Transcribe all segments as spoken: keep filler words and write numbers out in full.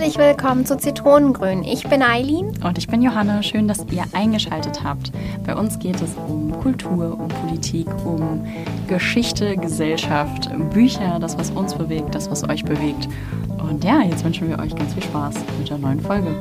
Herzlich willkommen zu Zitronengrün. Ich bin Eileen. Und ich bin Johanna. Schön, dass ihr eingeschaltet habt. Bei uns geht es um Kultur, um Politik, um Geschichte, Gesellschaft, Bücher, das, was uns bewegt, das, was euch bewegt. Und ja, jetzt wünschen wir euch ganz viel Spaß mit der neuen Folge.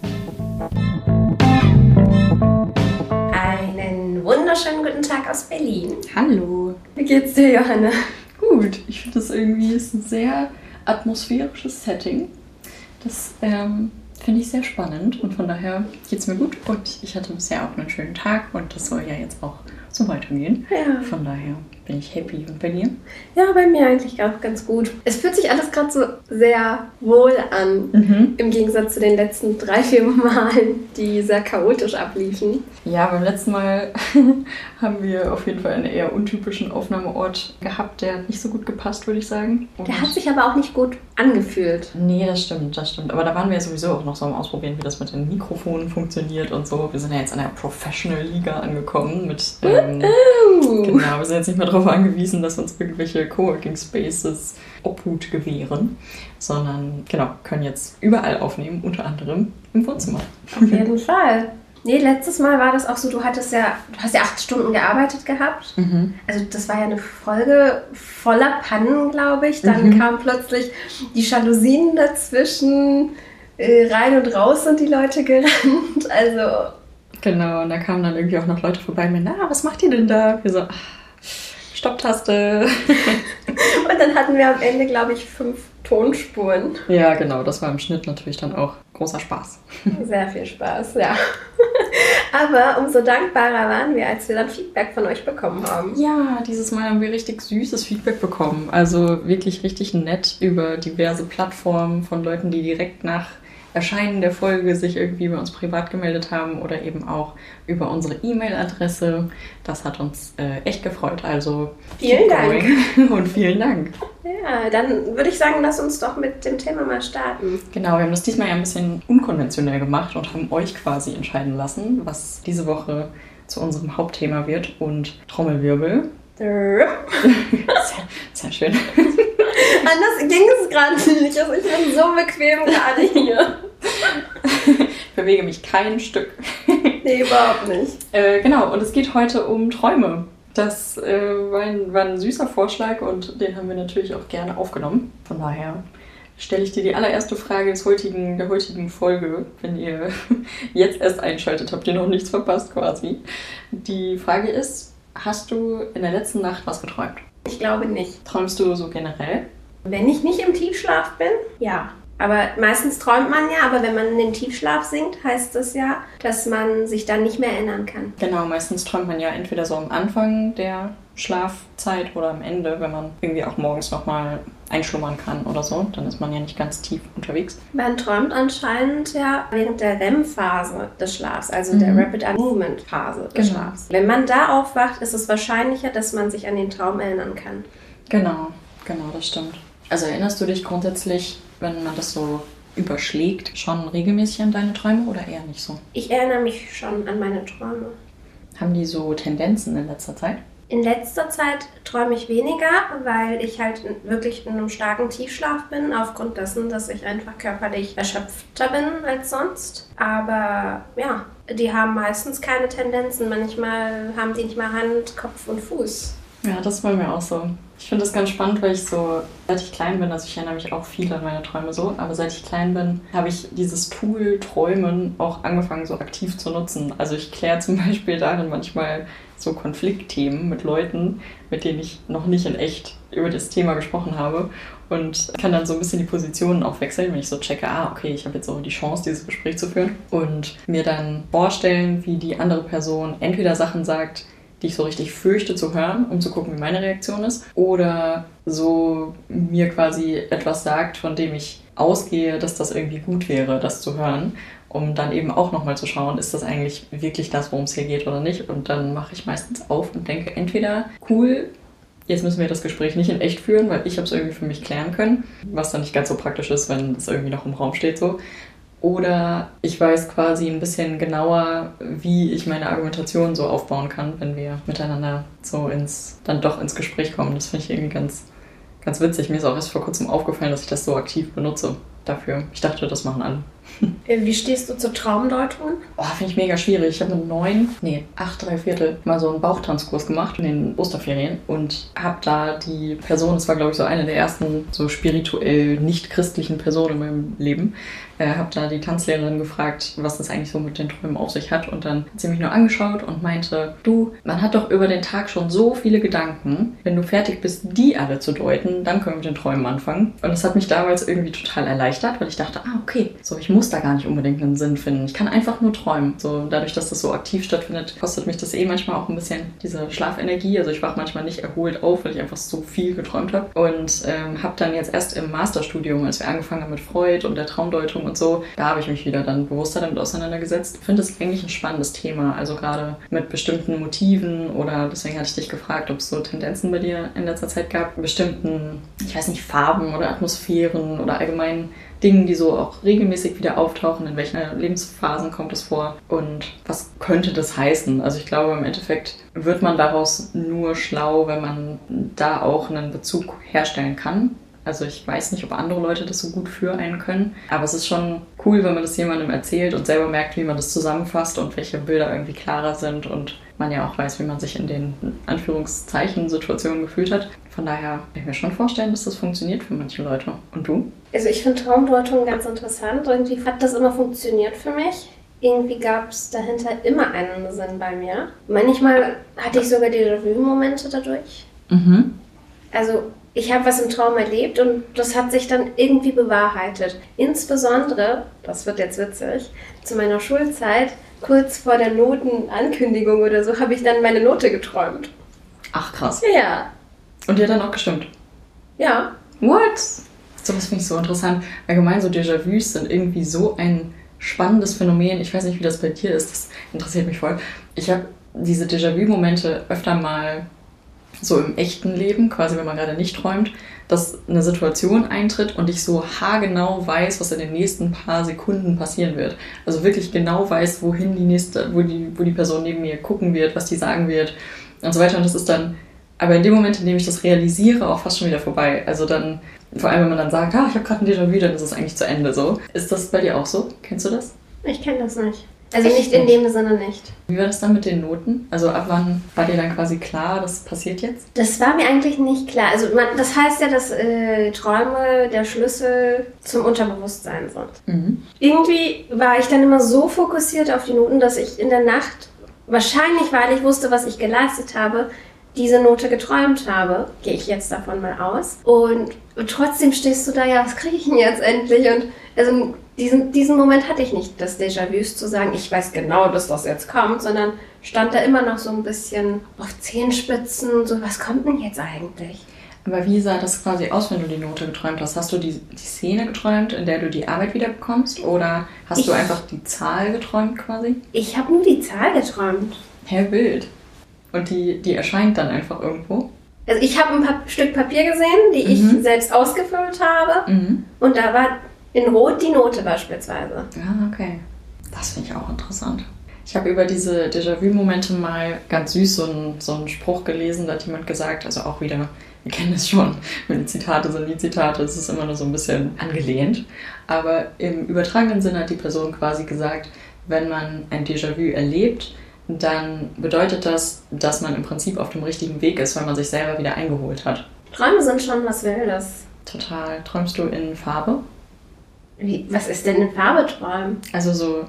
Einen wunderschönen guten Tag aus Berlin. Hallo. Wie geht's dir, Johanna? Gut, ich finde das irgendwie ist ein sehr atmosphärisches Setting. Das ähm, finde ich sehr spannend und von daher geht es mir gut und ich hatte bisher auch einen schönen Tag und das soll ja jetzt auch so weitergehen. Ja. Von daher bin ich happy. Und bei dir? Ja, bei mir eigentlich auch ganz gut. Es fühlt sich alles gerade so sehr wohl an, mhm. im Gegensatz zu den letzten drei, vier Malen, die sehr chaotisch abliefen. Ja, beim letzten Mal haben wir auf jeden Fall einen eher untypischen Aufnahmeort gehabt. Der hat nicht so gut gepasst, würde ich sagen. Und der hat sich aber auch nicht gut angefühlt. Nee, das stimmt, das stimmt. Aber da waren wir ja sowieso auch noch so am Ausprobieren, wie das mit den Mikrofonen funktioniert und so. Wir sind ja jetzt an der Professional-Liga angekommen mit... Ähm, uh-uh. Genau, wir sind jetzt nicht mehr darauf angewiesen, dass uns irgendwelche Coworking Spaces Obhut gewähren, sondern genau, können jetzt überall aufnehmen, unter anderem im Wohnzimmer. Auf jeden Fall. Nee, letztes Mal war das auch so, du hattest ja, du hast ja acht Stunden gearbeitet gehabt. Mhm. Also das war ja eine Folge voller Pannen, glaube ich. Dann mhm. kamen plötzlich die Jalousien dazwischen, äh, rein und raus sind die Leute gerannt. Also... Genau, und da kamen dann irgendwie auch noch Leute vorbei und mir, na, was macht ihr denn da? Wir so, ach, Stopptaste. Und dann hatten wir am Ende, glaube ich, fünf Tonspuren. Ja, genau, das war im Schnitt natürlich dann auch großer Spaß. Sehr viel Spaß, ja. Aber umso dankbarer waren wir, als wir dann Feedback von euch bekommen haben. Ja, dieses Mal haben wir richtig süßes Feedback bekommen. Also wirklich richtig nett über diverse Plattformen von Leuten, die direkt nach Erscheinen der Folge sich irgendwie bei uns privat gemeldet haben oder eben auch über unsere E-Mail-Adresse. Das hat uns äh, echt gefreut. Also vielen Dank. Und vielen Dank. Ja, dann würde ich sagen, lass uns doch mit dem Thema mal starten. Genau, wir haben das diesmal ja ein bisschen unkonventionell gemacht und haben euch quasi entscheiden lassen, was diese Woche zu unserem Hauptthema wird. Und Trommelwirbel. sehr, sehr schön. Anders ging es gerade nicht. Also ich bin so bequem gerade hier. Ich bewege mich kein Stück. Nee, überhaupt nicht. Äh, genau, und es geht heute um Träume. Das äh, war, ein, war ein süßer Vorschlag und den haben wir natürlich auch gerne aufgenommen. Von daher stelle ich dir die allererste Frage des heutigen, der heutigen Folge. Wenn ihr jetzt erst einschaltet, habt ihr noch nichts verpasst quasi. Die Frage ist, hast du in der letzten Nacht was geträumt? Ich glaube nicht. Träumst du so generell? Wenn ich nicht im Tiefschlaf bin, ja. Aber meistens träumt man ja, aber wenn man in den Tiefschlaf sinkt, heißt das ja, dass man sich dann nicht mehr erinnern kann. Genau, meistens träumt man ja entweder so am Anfang der Schlafzeit oder am Ende, wenn man irgendwie auch morgens nochmal einschlummern kann oder so. Dann ist man ja nicht ganz tief unterwegs. Man träumt anscheinend ja während der R E M-Phase des Schlafs, also mhm. der Rapid Eye Movement Phase des genau. Schlafs. Wenn man da aufwacht, ist es wahrscheinlicher, dass man sich an den Traum erinnern kann. Genau, genau, das stimmt. Also erinnerst du dich grundsätzlich, wenn man das so überschlägt, schon regelmäßig an deine Träume oder eher nicht so? Ich erinnere mich schon an meine Träume. Haben die so Tendenzen in letzter Zeit? In letzter Zeit träume ich weniger, weil ich halt wirklich in einem starken Tiefschlaf bin, aufgrund dessen, dass ich einfach körperlich erschöpfter bin als sonst. Aber ja, die haben meistens keine Tendenzen. Manchmal haben die nicht mal Hand, Kopf und Fuß. Ja, das ist bei mir auch so. Ich finde das ganz spannend, weil ich so, seit ich klein bin, also ich erinnere mich auch viel an meine Träume so, aber seit ich klein bin, habe ich dieses Tool Träumen auch angefangen so aktiv zu nutzen. Also ich kläre zum Beispiel darin manchmal so Konfliktthemen mit Leuten, mit denen ich noch nicht in echt über das Thema gesprochen habe und kann dann so ein bisschen die Positionen auch wechseln, wenn ich so checke, ah, okay, ich habe jetzt so die Chance, dieses Gespräch zu führen und mir dann vorstellen, wie die andere Person entweder Sachen sagt, die ich so richtig fürchte zu hören, um zu gucken, wie meine Reaktion ist. Oder so mir quasi etwas sagt, von dem ich ausgehe, dass das irgendwie gut wäre, das zu hören. Um dann eben auch nochmal zu schauen, ist das eigentlich wirklich das, worum es hier geht oder nicht. Und dann mache ich meistens auf und denke, entweder cool, jetzt müssen wir das Gespräch nicht in echt führen, weil ich habe es irgendwie für mich klären können. Was dann nicht ganz so praktisch ist, wenn es irgendwie noch im Raum steht so. Oder ich weiß quasi ein bisschen genauer, wie ich meine Argumentation so aufbauen kann, wenn wir miteinander so ins, dann doch ins Gespräch kommen. Das finde ich irgendwie ganz, ganz witzig. Mir ist auch erst vor kurzem aufgefallen, dass ich das so aktiv benutze. dafür. Ich dachte, das machen alle. Wie stehst du zur Traumdeutung? Oh, finde ich mega schwierig. Ich habe mit neun, nee, acht, drei Viertel mal so einen Bauchtanzkurs gemacht in den Osterferien und habe da die Person, das war glaube ich so eine der ersten so spirituell nicht-christlichen Personen in meinem Leben, äh, habe da die Tanzlehrerin gefragt, was das eigentlich so mit den Träumen auf sich hat und dann hat sie mich nur angeschaut und meinte, du, man hat doch über den Tag schon so viele Gedanken, wenn du fertig bist, die alle zu deuten, dann können wir mit den Träumen anfangen. Und das hat mich damals irgendwie total erleichtert, weil ich dachte, ah okay, so ich muss da gar nicht unbedingt einen Sinn finden. Ich kann einfach nur träumen. So dadurch, dass das so aktiv stattfindet, kostet mich das eh manchmal auch ein bisschen diese Schlafenergie. Also ich wache manchmal nicht erholt auf, weil ich einfach so viel geträumt habe. Und ähm, habe dann jetzt erst im Masterstudium, als wir angefangen haben mit Freud und der Traumdeutung und so, da habe ich mich wieder dann bewusster damit auseinandergesetzt. Ich finde das eigentlich ein spannendes Thema. Also gerade mit bestimmten Motiven oder deswegen hatte ich dich gefragt, ob es so Tendenzen bei dir in letzter Zeit gab, bestimmten, ich weiß nicht, Farben oder Atmosphären oder allgemein Dingen, die so auch regelmäßig wieder auftauchen, in welchen Lebensphasen kommt es vor und was könnte das heißen? Also ich glaube, im Endeffekt wird man daraus nur schlau, wenn man da auch einen Bezug herstellen kann. Also ich weiß nicht, ob andere Leute das so gut für einen können, aber es ist schon cool, wenn man das jemandem erzählt und selber merkt, wie man das zusammenfasst und welche Bilder irgendwie klarer sind und man ja auch weiß, wie man sich in den Anführungszeichen Situationen gefühlt hat. Von daher kann ich mir schon vorstellen, dass das funktioniert für manche Leute. Und du? Also ich finde Traumdeutung ganz interessant. Irgendwie hat das immer funktioniert für mich. Irgendwie gab es dahinter immer einen Sinn bei mir. Manchmal hatte ich sogar Déjà-vu-Momente dadurch. Mhm. Also ich habe was im Traum erlebt und das hat sich dann irgendwie bewahrheitet. Insbesondere, das wird jetzt witzig, zu meiner Schulzeit, kurz vor der Notenankündigung oder so, habe ich dann meine Note geträumt. Ach krass. Ja. Und die hat dann auch gestimmt? Ja. What? So was finde ich so interessant. Allgemein so Déjà-vus sind irgendwie so ein spannendes Phänomen. Ich weiß nicht, wie das bei dir ist. Das interessiert mich voll. Ich habe diese Déjà-vu-Momente öfter mal so im echten Leben, quasi wenn man gerade nicht träumt, dass eine Situation eintritt und ich so haargenau weiß, was in den nächsten paar Sekunden passieren wird. Also wirklich genau weiß, wohin die nächste, wo die, wo die Person neben mir gucken wird, was die sagen wird und so weiter. Und das ist dann, aber in dem Moment, in dem ich das realisiere, auch fast schon wieder vorbei. Also dann, vor allem wenn man dann sagt, ah, ich habe gerade ein Déjà-vu, dann ist es eigentlich zu Ende so. Ist das bei dir auch so? Kennst du das? Ich kenne das nicht. Also Echt? Nicht in dem Sinne nicht. Wie war das dann mit den Noten? Also ab wann war dir dann quasi klar, das passiert jetzt? Das war mir eigentlich nicht klar. Also man, das heißt ja, dass äh, Träume der Schlüssel zum Unterbewusstsein sind. Mhm. Irgendwie war ich dann immer so fokussiert auf die Noten, dass ich in der Nacht, wahrscheinlich weil ich wusste, was ich geleistet habe, diese Note geträumt habe. Gehe ich jetzt davon mal aus. Und, und trotzdem stehst du da, ja, was kriege ich denn jetzt endlich? Und also diesen, diesen Moment hatte ich nicht, des Déjà-vus zu sagen, ich weiß genau, dass das jetzt kommt, sondern stand da immer noch so ein bisschen auf Zehenspitzen, so was kommt denn jetzt eigentlich? Aber wie sah das quasi aus, wenn du die Note geträumt hast? Hast du die, die Szene geträumt, in der du die Arbeit wieder bekommst? Oder hast ich, du einfach die Zahl geträumt quasi? Ich habe nur die Zahl geträumt. Hä, wild. Und die, die erscheint dann einfach irgendwo? Also ich habe ein pa- Stück Papier gesehen, die mhm. ich selbst ausgefüllt habe. Mhm. Und da war in Rot die Note beispielsweise. Ja, okay. Das finde ich auch interessant. Ich habe über diese Déjà-vu-Momente mal ganz süß so einen, so einen Spruch gelesen, da hat jemand gesagt, also auch wieder, wir kennen es schon, wenn die Zitate sind die Zitate, es ist immer nur so ein bisschen angelehnt. Aber im übertragenen Sinne hat die Person quasi gesagt, wenn man ein Déjà-vu erlebt, dann bedeutet das, dass man im Prinzip auf dem richtigen Weg ist, weil man sich selber wieder eingeholt hat. Träume sind schon was Wildes. Total. Träumst du in Farbe? Wie, was ist denn in Farbe träumen? Also so,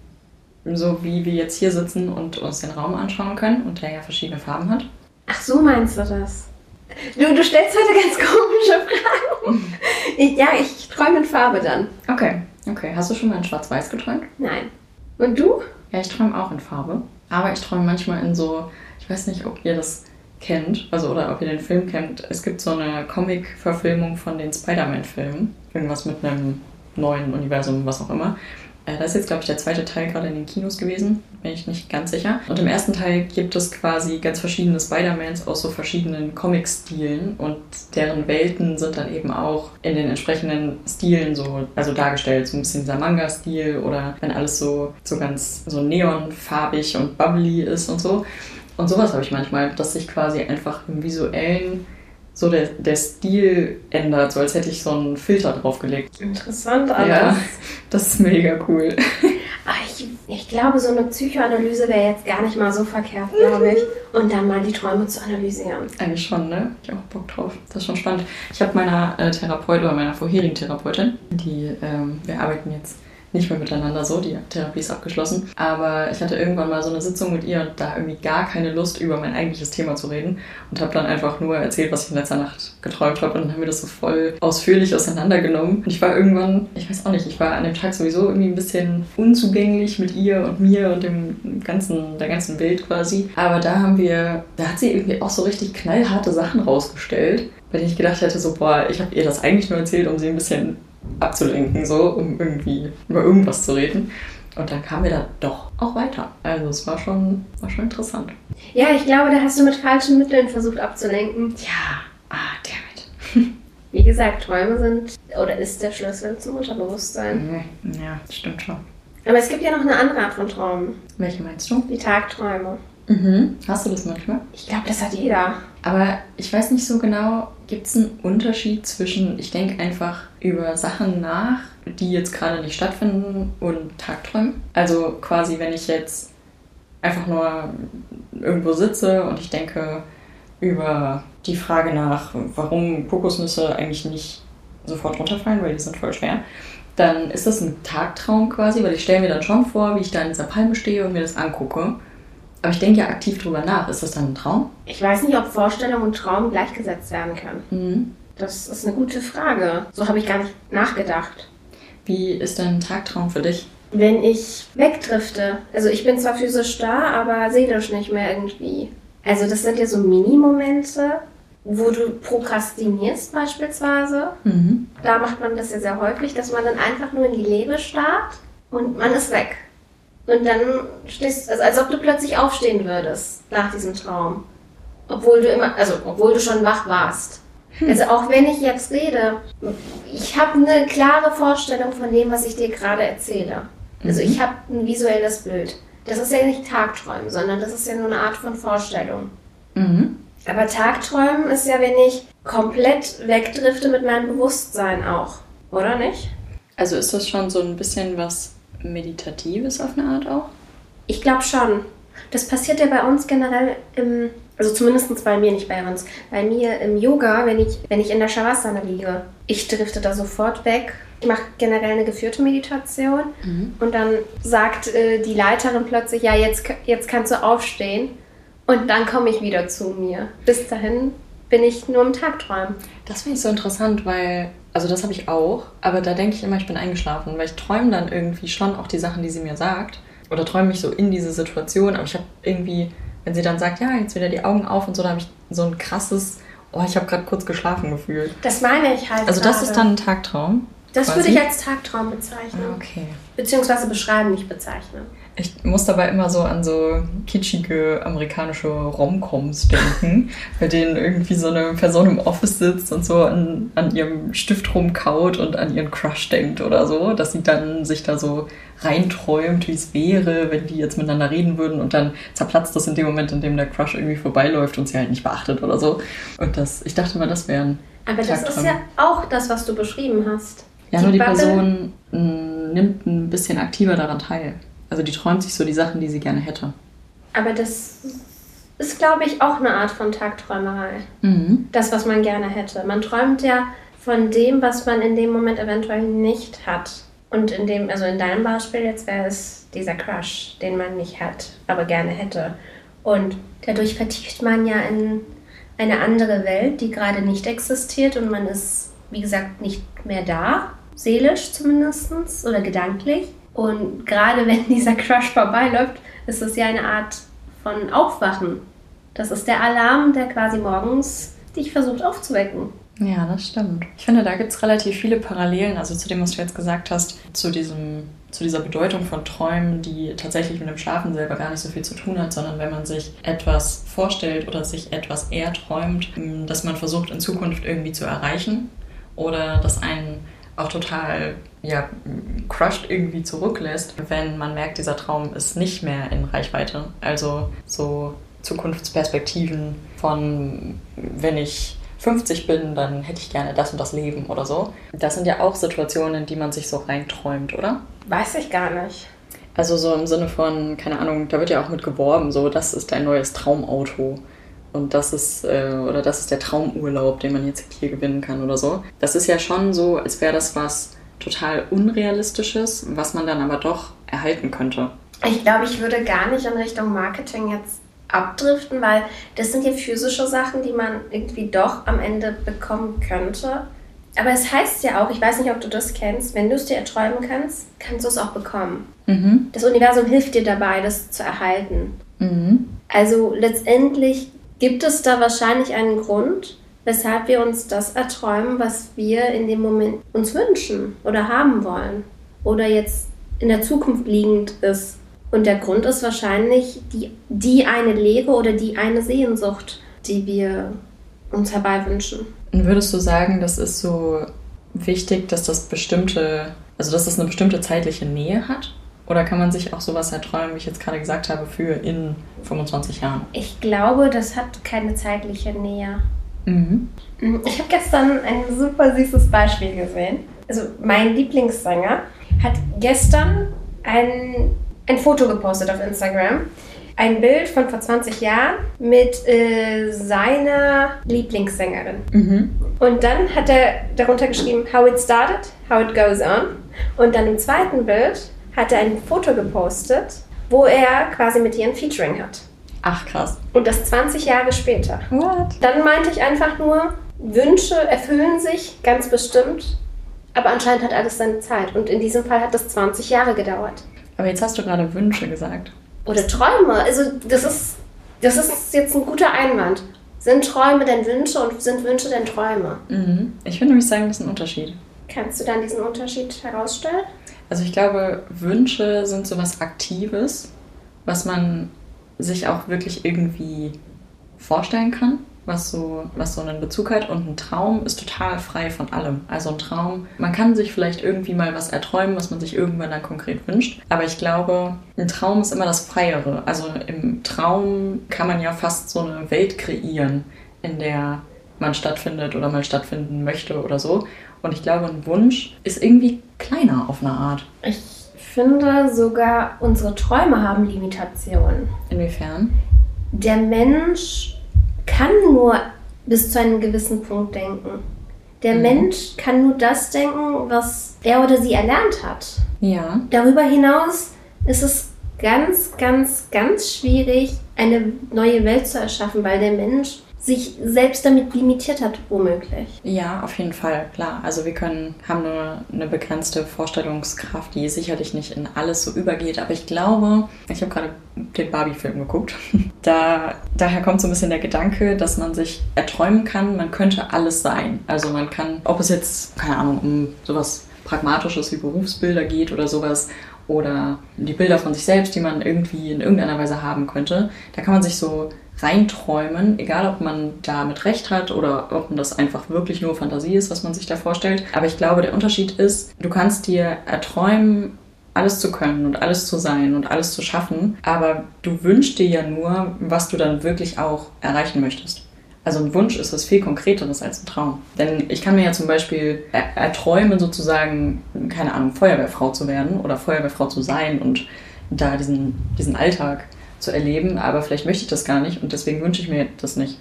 so wie wir jetzt hier sitzen und uns den Raum anschauen können und der ja verschiedene Farben hat. Ach, so meinst du das? Du, du stellst heute ganz komische Fragen. Ich, ja, ich träume in Farbe dann. Okay, okay. Hast du schon mal in Schwarz-Weiß geträumt? Nein. Und du? Ja, ich träume auch in Farbe. Aber ich träume manchmal in so, ich weiß nicht, ob ihr das kennt, also oder ob ihr den Film kennt. Es gibt so eine Comic-Verfilmung von den Spider-Man-Filmen. Irgendwas mit einem neuen Universum, was auch immer. Äh, da ist jetzt, glaube ich, der zweite Teil gerade in den Kinos gewesen. Bin ich nicht ganz sicher. Und im ersten Teil gibt es quasi ganz verschiedene Spider-Mans aus so verschiedenen Comic-Stilen. Und deren Welten sind dann eben auch in den entsprechenden Stilen so, also dargestellt. So ein bisschen dieser Manga-Stil oder wenn alles so, so ganz so neonfarbig und bubbly ist und so. Und sowas habe ich manchmal, dass ich quasi einfach im visuellen so der, der Stil ändert, so als hätte ich so einen Filter draufgelegt. Interessant alles. Ja, das ist mega cool. Aber ich, ich glaube, so eine Psychoanalyse wäre jetzt gar nicht mal so verkehrt, glaube ich. Und dann mal die Träume zu analysieren. Eigentlich schon, ne? Ich habe auch Bock drauf. Das ist schon spannend. Ich habe meiner äh, Therapeutin oder meiner vorherigen Therapeutin, die, ähm, wir arbeiten jetzt nicht mehr miteinander so, die Therapie ist abgeschlossen. Aber ich hatte irgendwann mal so eine Sitzung mit ihr und da irgendwie gar keine Lust, über mein eigentliches Thema zu reden. Und habe dann einfach nur erzählt, was ich in letzter Nacht geträumt habe. Und dann haben wir das so voll ausführlich auseinandergenommen. Und ich war irgendwann, ich weiß auch nicht, ich war an dem Tag sowieso irgendwie ein bisschen unzugänglich mit ihr und mir und dem ganzen, der ganzen Welt quasi. Aber da haben wir, da hat sie irgendwie auch so richtig knallharte Sachen rausgestellt, bei denen ich gedacht hätte, so, boah, ich habe ihr das eigentlich nur erzählt, um sie ein bisschen abzulenken, so, um irgendwie über irgendwas zu reden. Und dann kamen wir da doch auch weiter. Also es war schon, war schon interessant. Ja, ich glaube, da hast du mit falschen Mitteln versucht abzulenken. Ja, ah, damn it. Wie gesagt, Träume sind oder ist der Schlüssel zum Unterbewusstsein. Ja, stimmt schon. Aber es gibt ja noch eine andere Art von Träumen. Welche meinst du? Die Tagträume. Mhm. Hast du das manchmal? Ich glaube, das hat jeder. Aber ich weiß nicht so genau, gibt es einen Unterschied zwischen, ich denke einfach über Sachen nach, die jetzt gerade nicht stattfinden, und Tagträumen? Also quasi, wenn ich jetzt einfach nur irgendwo sitze und ich denke über die Frage nach, warum Kokosnüsse eigentlich nicht sofort runterfallen, weil die sind voll schwer, dann ist das ein Tagtraum quasi, weil ich stelle mir dann schon vor, wie ich da in dieser Palme stehe und mir das angucke. Aber ich denke ja aktiv drüber nach. Ist das dann ein Traum? Ich weiß nicht, ob Vorstellung und Traum gleichgesetzt werden können. Mhm. Das ist eine gute Frage. So habe ich gar nicht nachgedacht. Wie ist denn ein Tagtraum für dich? Wenn ich wegdrifte. Also ich bin zwar physisch da, aber seelisch nicht mehr irgendwie. Also das sind ja so Mini-Momente, wo du prokrastinierst beispielsweise. Mhm. Da macht man das ja sehr häufig, dass man dann einfach nur in die Leere starrt und man ist weg. Und dann stehst du, also als ob du plötzlich aufstehen würdest nach diesem Traum. Obwohl du immer, also obwohl du schon wach warst. Hm. Also auch wenn ich jetzt rede, ich habe eine klare Vorstellung von dem, was ich dir gerade erzähle. Also ich habe ein visuelles Bild. Das ist ja nicht Tagträumen, sondern das ist ja nur eine Art von Vorstellung. Mhm. Aber Tagträumen ist ja, wenn ich komplett wegdrifte mit meinem Bewusstsein auch, oder nicht? Also ist das schon so ein bisschen was Meditatives auf eine Art auch? Ich glaube schon. Das passiert ja bei uns generell im, also zumindest bei mir, nicht bei uns, bei mir im Yoga, wenn ich, wenn ich in der Shavasana liege. Ich drifte da sofort weg. Ich mache generell eine geführte Meditation mhm. und dann sagt äh, die Leiterin plötzlich, ja, jetzt, jetzt kannst du aufstehen und dann komme ich wieder zu mir. Bis dahin bin ich nur im Tagträumen. Das finde ich so interessant, weil, also das habe ich auch, aber da denke ich immer, ich bin eingeschlafen, weil ich träume dann irgendwie schon auch die Sachen, die sie mir sagt oder träume mich so in diese Situation, aber ich habe irgendwie, wenn sie dann sagt, ja, jetzt wieder die Augen auf und so, da habe ich so ein krasses, oh, ich habe gerade kurz geschlafen gefühlt. Das meine ich halt Also das gerade. Ist dann ein Tagtraum? Das quasi? Würde ich als Tagtraum bezeichnen. Ah, okay. Beziehungsweise beschreiben, nicht bezeichnen. Ich muss dabei immer so an so kitschige amerikanische Rom-Coms denken, bei denen irgendwie so eine Person im Office sitzt und so an, an ihrem Stift rumkaut und an ihren Crush denkt oder so, dass sie dann sich da so reinträumt, wie es wäre, wenn die jetzt miteinander reden würden und dann zerplatzt das in dem Moment, in dem der Crush irgendwie vorbeiläuft und sie halt nicht beachtet oder so. Und das, ich dachte mal, das wären Aber das Tagträume. Ist ja auch das, was du beschrieben hast. Ja, die nur die Bubble Person mh, nimmt ein bisschen aktiver daran teil. Also die träumt sich so die Sachen, die sie gerne hätte. Aber das ist, glaube ich, auch eine Art von Tagträumerei. Mhm. Das, was man gerne hätte. Man träumt ja von dem, was man in dem Moment eventuell nicht hat. Und in dem, also in deinem Beispiel jetzt wäre es dieser Crush, den man nicht hat, aber gerne hätte. Und dadurch vertieft man ja in eine andere Welt, die gerade nicht existiert und man ist, wie gesagt, nicht mehr da. Seelisch zumindest oder gedanklich. Und gerade wenn dieser Crush vorbeiläuft, ist es ja eine Art von Aufwachen. Das ist der Alarm, der quasi morgens dich versucht aufzuwecken. Ja, das stimmt. Ich finde, da gibt es relativ viele Parallelen, also zu dem, was du jetzt gesagt hast, zu diesem, zu dieser Bedeutung von Träumen, die tatsächlich mit dem Schlafen selber gar nicht so viel zu tun hat, sondern wenn man sich etwas vorstellt oder sich etwas erträumt, dass man versucht, in Zukunft irgendwie zu erreichen oder dass einen auch total ja, crushed irgendwie zurücklässt, wenn man merkt, dieser Traum ist nicht mehr in Reichweite. Also so Zukunftsperspektiven von, wenn ich fünfzig bin, dann hätte ich gerne das und das Leben oder so. Das sind ja auch Situationen, in die man sich so reinträumt, oder? Weiß ich gar nicht. Also so im Sinne von, keine Ahnung, da wird ja auch mit geworben, so, das ist dein neues Traumauto. Und das ist, äh, oder das ist der Traumurlaub, den man jetzt hier gewinnen kann oder so. Das ist ja schon so, als wäre das was total Unrealistisches, was man dann aber doch erhalten könnte. Ich glaube, ich würde gar nicht in Richtung Marketing jetzt abdriften, weil das sind ja physische Sachen, die man irgendwie doch am Ende bekommen könnte. Aber es heißt ja auch, ich weiß nicht, ob du das kennst, wenn du es dir erträumen kannst, kannst du es auch bekommen. Mhm. Das Universum hilft dir dabei, das zu erhalten. Mhm. Also letztendlich gibt es da wahrscheinlich einen Grund, weshalb wir uns das erträumen, was wir in dem Moment uns wünschen oder haben wollen oder jetzt in der Zukunft liegend ist. Und der Grund ist wahrscheinlich die, die eine Leere oder die eine Sehnsucht, die wir uns herbeiwünschen. Und würdest du sagen, das ist so wichtig, dass das bestimmte, also dass das eine bestimmte zeitliche Nähe hat? Oder kann man sich auch sowas erträumen, wie ich jetzt gerade gesagt habe, für in fünfundzwanzig Jahren? Ich glaube, das hat keine zeitliche Nähe. Mhm. Ich habe gestern ein super süßes Beispiel gesehen. Also mein Lieblingssänger hat gestern ein, ein Foto gepostet auf Instagram. Ein Bild von vor zwanzig Jahren mit äh, seiner Lieblingssängerin. Mhm. Und dann hat er darunter geschrieben, how it started, how it goes on. Und dann im zweiten Bild hat er ein Foto gepostet, wo er quasi mit ihr ein Featuring hat. Ach, krass. Und das zwanzig Jahre später. What? Dann meinte ich einfach nur, Wünsche erfüllen sich ganz bestimmt, aber anscheinend hat alles seine Zeit. Und in diesem Fall hat das zwanzig Jahre gedauert. Aber jetzt hast du gerade Wünsche gesagt. Oder Träume. Also das ist, das ist jetzt ein guter Einwand. Sind Träume denn Wünsche und sind Wünsche denn Träume? Mhm. Ich würde nämlich sagen, das ist ein Unterschied. Kannst du dann diesen Unterschied herausstellen? Also ich glaube, Wünsche sind so was Aktives, was man sich auch wirklich irgendwie vorstellen kann, was so, was so einen Bezug hat. Und ein Traum ist total frei von allem. Also ein Traum, man kann sich vielleicht irgendwie mal was erträumen, was man sich irgendwann dann konkret wünscht. Aber ich glaube, ein Traum ist immer das Freiere. Also im Traum kann man ja fast so eine Welt kreieren, in der man stattfindet oder mal stattfinden möchte oder so. Und ich glaube, ein Wunsch ist irgendwie kleiner auf eine Art. Ich finde sogar, unsere Träume haben Limitationen. Inwiefern? Der Mensch kann nur bis zu einem gewissen Punkt denken. Der mhm. Mensch kann nur das denken, was er oder sie erlernt hat. Ja. Darüber hinaus ist es ganz, ganz, ganz schwierig, eine neue Welt zu erschaffen, weil der Mensch sich selbst damit limitiert hat, womöglich. Ja, auf jeden Fall, klar. Also wir können, haben nur eine begrenzte Vorstellungskraft, die sicherlich nicht in alles so übergeht. Aber ich glaube, ich habe gerade den Barbie-Film geguckt. Da, daher kommt so ein bisschen der Gedanke, dass man sich erträumen kann, man könnte alles sein. Also man kann, ob es jetzt, keine Ahnung, um sowas Pragmatisches wie Berufsbilder geht oder sowas, oder die Bilder von sich selbst, die man irgendwie in irgendeiner Weise haben könnte, da kann man sich so reinträumen, egal ob man damit recht hat oder ob man das einfach wirklich nur Fantasie ist, was man sich da vorstellt. Aber ich glaube, der Unterschied ist, du kannst dir erträumen, alles zu können und alles zu sein und alles zu schaffen, aber du wünschst dir ja nur, was du dann wirklich auch erreichen möchtest. Also ein Wunsch ist was viel Konkreteres als ein Traum. Denn ich kann mir ja zum Beispiel er- erträumen, sozusagen, keine Ahnung, Feuerwehrfrau zu werden oder Feuerwehrfrau zu sein und da diesen, diesen Alltag zu erleben, aber vielleicht möchte ich das gar nicht und deswegen wünsche ich mir das nicht.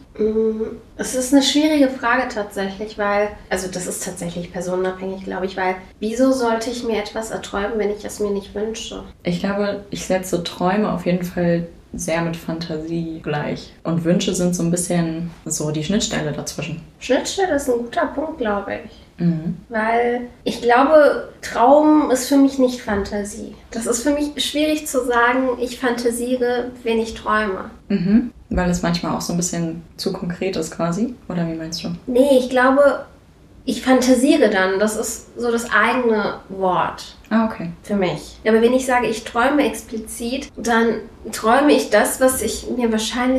Es ist eine schwierige Frage tatsächlich, weil, also das ist tatsächlich personenabhängig, glaube ich, weil wieso sollte ich mir etwas erträumen, wenn ich es mir nicht wünsche? Ich glaube, ich setze Träume auf jeden Fall sehr mit Fantasie gleich. Und Wünsche sind so ein bisschen so die Schnittstelle dazwischen. Schnittstelle ist ein guter Punkt, glaube ich. Mhm. Weil ich glaube, Traum ist für mich nicht Fantasie. Das ist für mich schwierig zu sagen, ich fantasiere, wenn ich träume. Mhm. Weil es manchmal auch so ein bisschen zu konkret ist quasi? Oder wie meinst du? Nee, ich glaube, ich fantasiere dann. Das ist so das eigene Wort. Ah, okay. Für mich. Aber wenn ich sage, ich träume explizit, dann träume ich das, was ich mir wahrscheinlich auch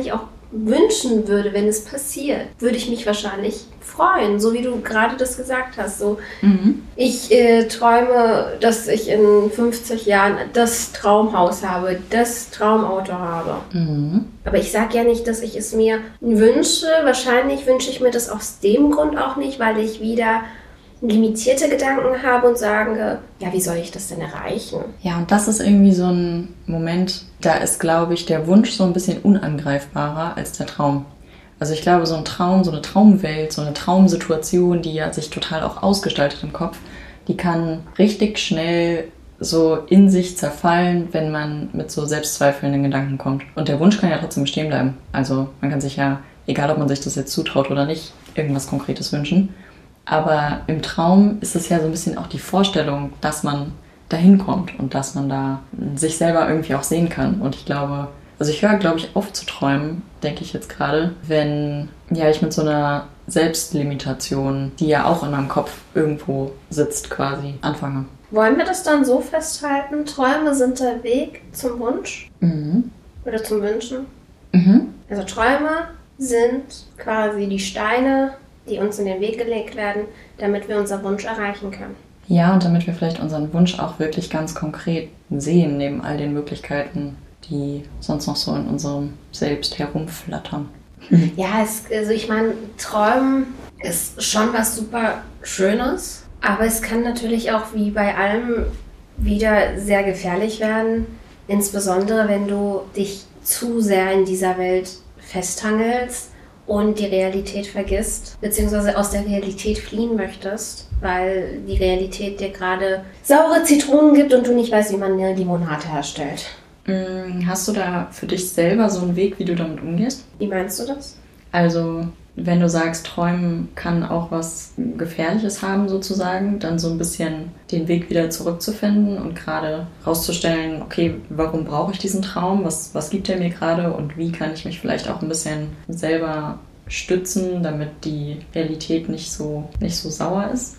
wünschen würde, wenn es passiert, würde ich mich wahrscheinlich freuen, so wie du gerade das gesagt hast. So, mhm. Ich äh, träume, dass ich in fünfzig Jahren das Traumhaus habe, das Traumauto habe. Mhm. Aber ich sage ja nicht, dass ich es mir wünsche. Wahrscheinlich wünsche ich mir das aus dem Grund auch nicht, weil ich wieder limitierte Gedanken habe und sage, ja, wie soll ich das denn erreichen? Ja, und das ist irgendwie so ein Moment, da ist, glaube ich, der Wunsch so ein bisschen unangreifbarer als der Traum. Also ich glaube, so ein Traum, so eine Traumwelt, so eine Traumsituation, die ja sich total auch ausgestaltet im Kopf, die kann richtig schnell so in sich zerfallen, wenn man mit so selbstzweifelnden Gedanken kommt. Und der Wunsch kann ja trotzdem bestehen bleiben. Also man kann sich ja, egal ob man sich das jetzt zutraut oder nicht, irgendwas Konkretes wünschen. Aber im Traum ist es ja so ein bisschen auch die Vorstellung, dass man dahin kommt und dass man da sich selber irgendwie auch sehen kann. Und ich glaube, also ich höre, glaube ich, auf zu träumen, denke ich jetzt gerade, wenn ja ich mit so einer Selbstlimitation, die ja auch in meinem Kopf irgendwo sitzt, quasi anfange. Wollen wir das dann so festhalten? Träume sind der Weg zum Wunsch? Mhm. Oder zum Wünschen? Mhm. Also Träume sind quasi die Steine, die uns in den Weg gelegt werden, damit wir unseren Wunsch erreichen können. Ja, und damit wir vielleicht unseren Wunsch auch wirklich ganz konkret sehen, neben all den Möglichkeiten, die sonst noch so in unserem Selbst herumflattern. Ja, es, also ich meine, Träumen ist schon was super Schönes, aber es kann natürlich auch wie bei allem wieder sehr gefährlich werden, insbesondere wenn du dich zu sehr in dieser Welt festhangelst und die Realität vergisst, beziehungsweise aus der Realität fliehen möchtest, weil die Realität dir gerade saure Zitronen gibt und du nicht weißt, wie man eine Limonade herstellt. Hast du da für dich selber so einen Weg, wie du damit umgehst? Wie meinst du das? Also, wenn du sagst, Träumen kann auch was Gefährliches haben sozusagen, dann so ein bisschen den Weg wieder zurückzufinden und gerade rauszustellen, okay, warum brauche ich diesen Traum? Was, was gibt er mir gerade und wie kann ich mich vielleicht auch ein bisschen selber stützen, damit die Realität nicht so, nicht so sauer ist?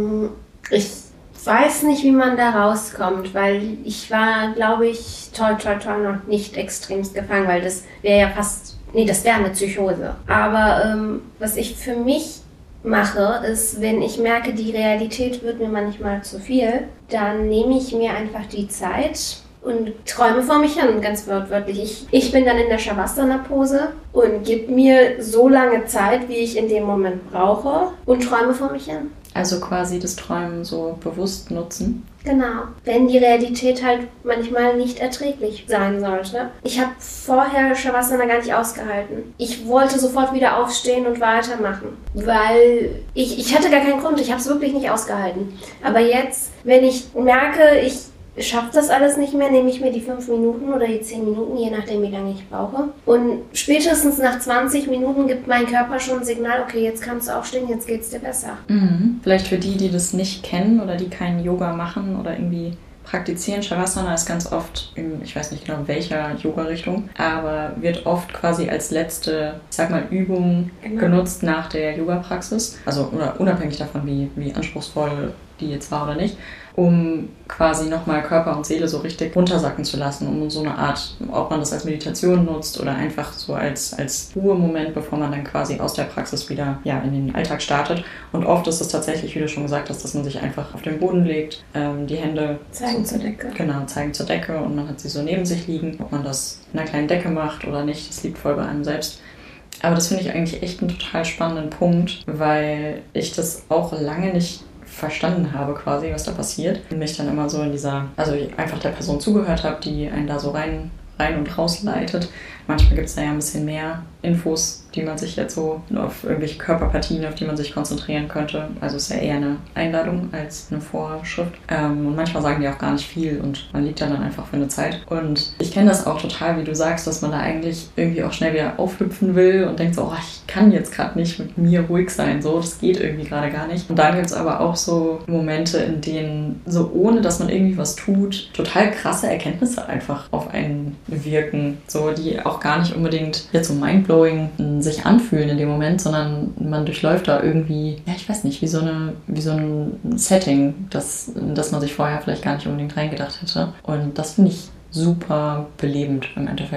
Ich weiß nicht, wie man da rauskommt, weil ich war, glaube ich, toll, toll, toll noch nicht extremst gefangen, weil das wäre ja fast, nee, das wäre eine Psychose. Aber ähm, was ich für mich mache, ist, wenn ich merke, die Realität wird mir manchmal zu viel, dann nehme ich mir einfach die Zeit und träume vor mich hin, ganz wortwörtlich. Ich, ich bin dann in der Shavasana-Pose und gebe mir so lange Zeit, wie ich in dem Moment brauche und träume vor mich hin. Also quasi das Träumen so bewusst nutzen. Genau, wenn die Realität halt manchmal nicht erträglich sein sollte. Ich habe vorher Shavasana gar nicht ausgehalten. Ich wollte sofort wieder aufstehen und weitermachen, weil ich, ich hatte gar keinen Grund, ich habe es wirklich nicht ausgehalten. Aber jetzt, wenn ich merke, ich schaffe das alles nicht mehr, nehme ich mir die fünf Minuten oder die zehn Minuten, je nachdem, wie lange ich brauche. Und spätestens nach zwanzig Minuten gibt mein Körper schon ein Signal, okay, jetzt kannst du aufstehen, jetzt geht's dir besser. Mhm. Vielleicht für die, die das nicht kennen oder die keinen Yoga machen oder irgendwie praktizieren, Shavasana ist ganz oft, in, ich weiß nicht genau in welcher Yoga-Richtung, aber wird oft quasi als letzte, ich sag mal, Übung genau. genutzt nach der Yoga-Praxis. Also oder unabhängig davon, wie, wie anspruchsvoll die jetzt war oder nicht, um quasi nochmal Körper und Seele so richtig runtersacken zu lassen, um so eine Art, ob man das als Meditation nutzt oder einfach so als, als Ruhemoment, bevor man dann quasi aus der Praxis wieder ja, in den Alltag startet. Und oft ist es tatsächlich, wie du schon gesagt hast, dass man sich einfach auf den Boden legt, ähm, die Hände zeigen zur Decke. Genau, zeigen zur Decke und man hat sie so neben sich liegen. Ob man das in einer kleinen Decke macht oder nicht, das liegt voll bei einem selbst. Aber das finde ich eigentlich echt einen total spannenden Punkt, weil ich das auch lange nicht verstanden habe quasi, was da passiert. Und mich dann immer so in dieser, also einfach der Person zugehört habe, die einen da so rein, rein und raus leitet. Manchmal gibt es da ja ein bisschen mehr Infos, die man sich jetzt so auf irgendwelche Körperpartien, auf die man sich konzentrieren könnte. Also es ist ja eher eine Einladung als eine Vorschrift. Ähm, und manchmal sagen die auch gar nicht viel und man liegt da dann einfach für eine Zeit. Und ich kenne das auch total, wie du sagst, dass man da eigentlich irgendwie auch schnell wieder aufhüpfen will und denkt so, oh, ich kann jetzt gerade nicht mit mir ruhig sein, so, das geht irgendwie gerade gar nicht. Und dann gibt es aber auch so Momente, in denen so ohne, dass man irgendwie was tut, total krasse Erkenntnisse einfach auf einen wirken, so die auch gar nicht unbedingt jetzt so mindblowing sich anfühlen in dem Moment, sondern man durchläuft da irgendwie, ja, ich weiß nicht, wie so eine, wie so ein Setting, das, das man sich vorher vielleicht gar nicht unbedingt reingedacht hätte. Und das finde ich super belebend im Endeffekt.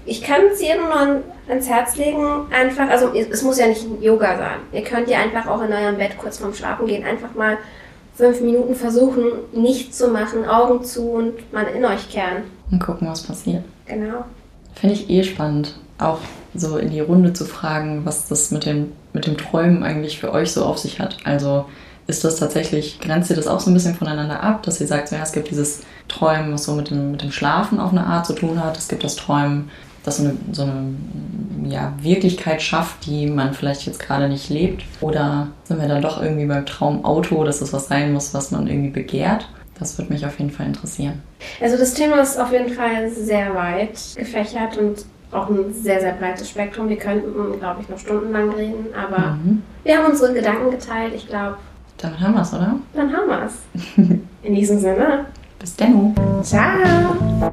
Ich kann es jedem nur ans Herz legen, einfach, also es muss ja nicht Yoga sein. Ihr könnt ja einfach auch in eurem Bett kurz vorm Schlafen gehen, einfach mal fünf Minuten versuchen, nichts zu machen, Augen zu und mal in euch kehren. Und gucken, was passiert. Genau. Finde ich eh spannend, auch so in die Runde zu fragen, was das mit dem, mit dem Träumen eigentlich für euch so auf sich hat. Also ist das tatsächlich, grenzt ihr das auch so ein bisschen voneinander ab, dass ihr sagt, so, ja, es gibt dieses Träumen, was so mit dem, mit dem Schlafen auf eine Art zu tun hat. Es gibt das Träumen, das so eine, so eine ja, Wirklichkeit schafft, die man vielleicht jetzt gerade nicht lebt. Oder sind wir dann doch irgendwie beim Traumauto, dass das was sein muss, was man irgendwie begehrt? Das würde mich auf jeden Fall interessieren. Also das Thema ist auf jeden Fall sehr weit gefächert und auch ein sehr, sehr breites Spektrum. Wir könnten, glaube ich, noch stundenlang reden, aber mhm. wir haben unsere Gedanken geteilt. Ich glaube, damit haben wir es, oder? Dann haben wir es. In diesem Sinne. Bis dann. Ciao.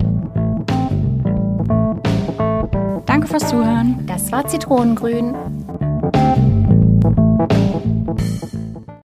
Danke fürs Zuhören. Das war Zitronengrün.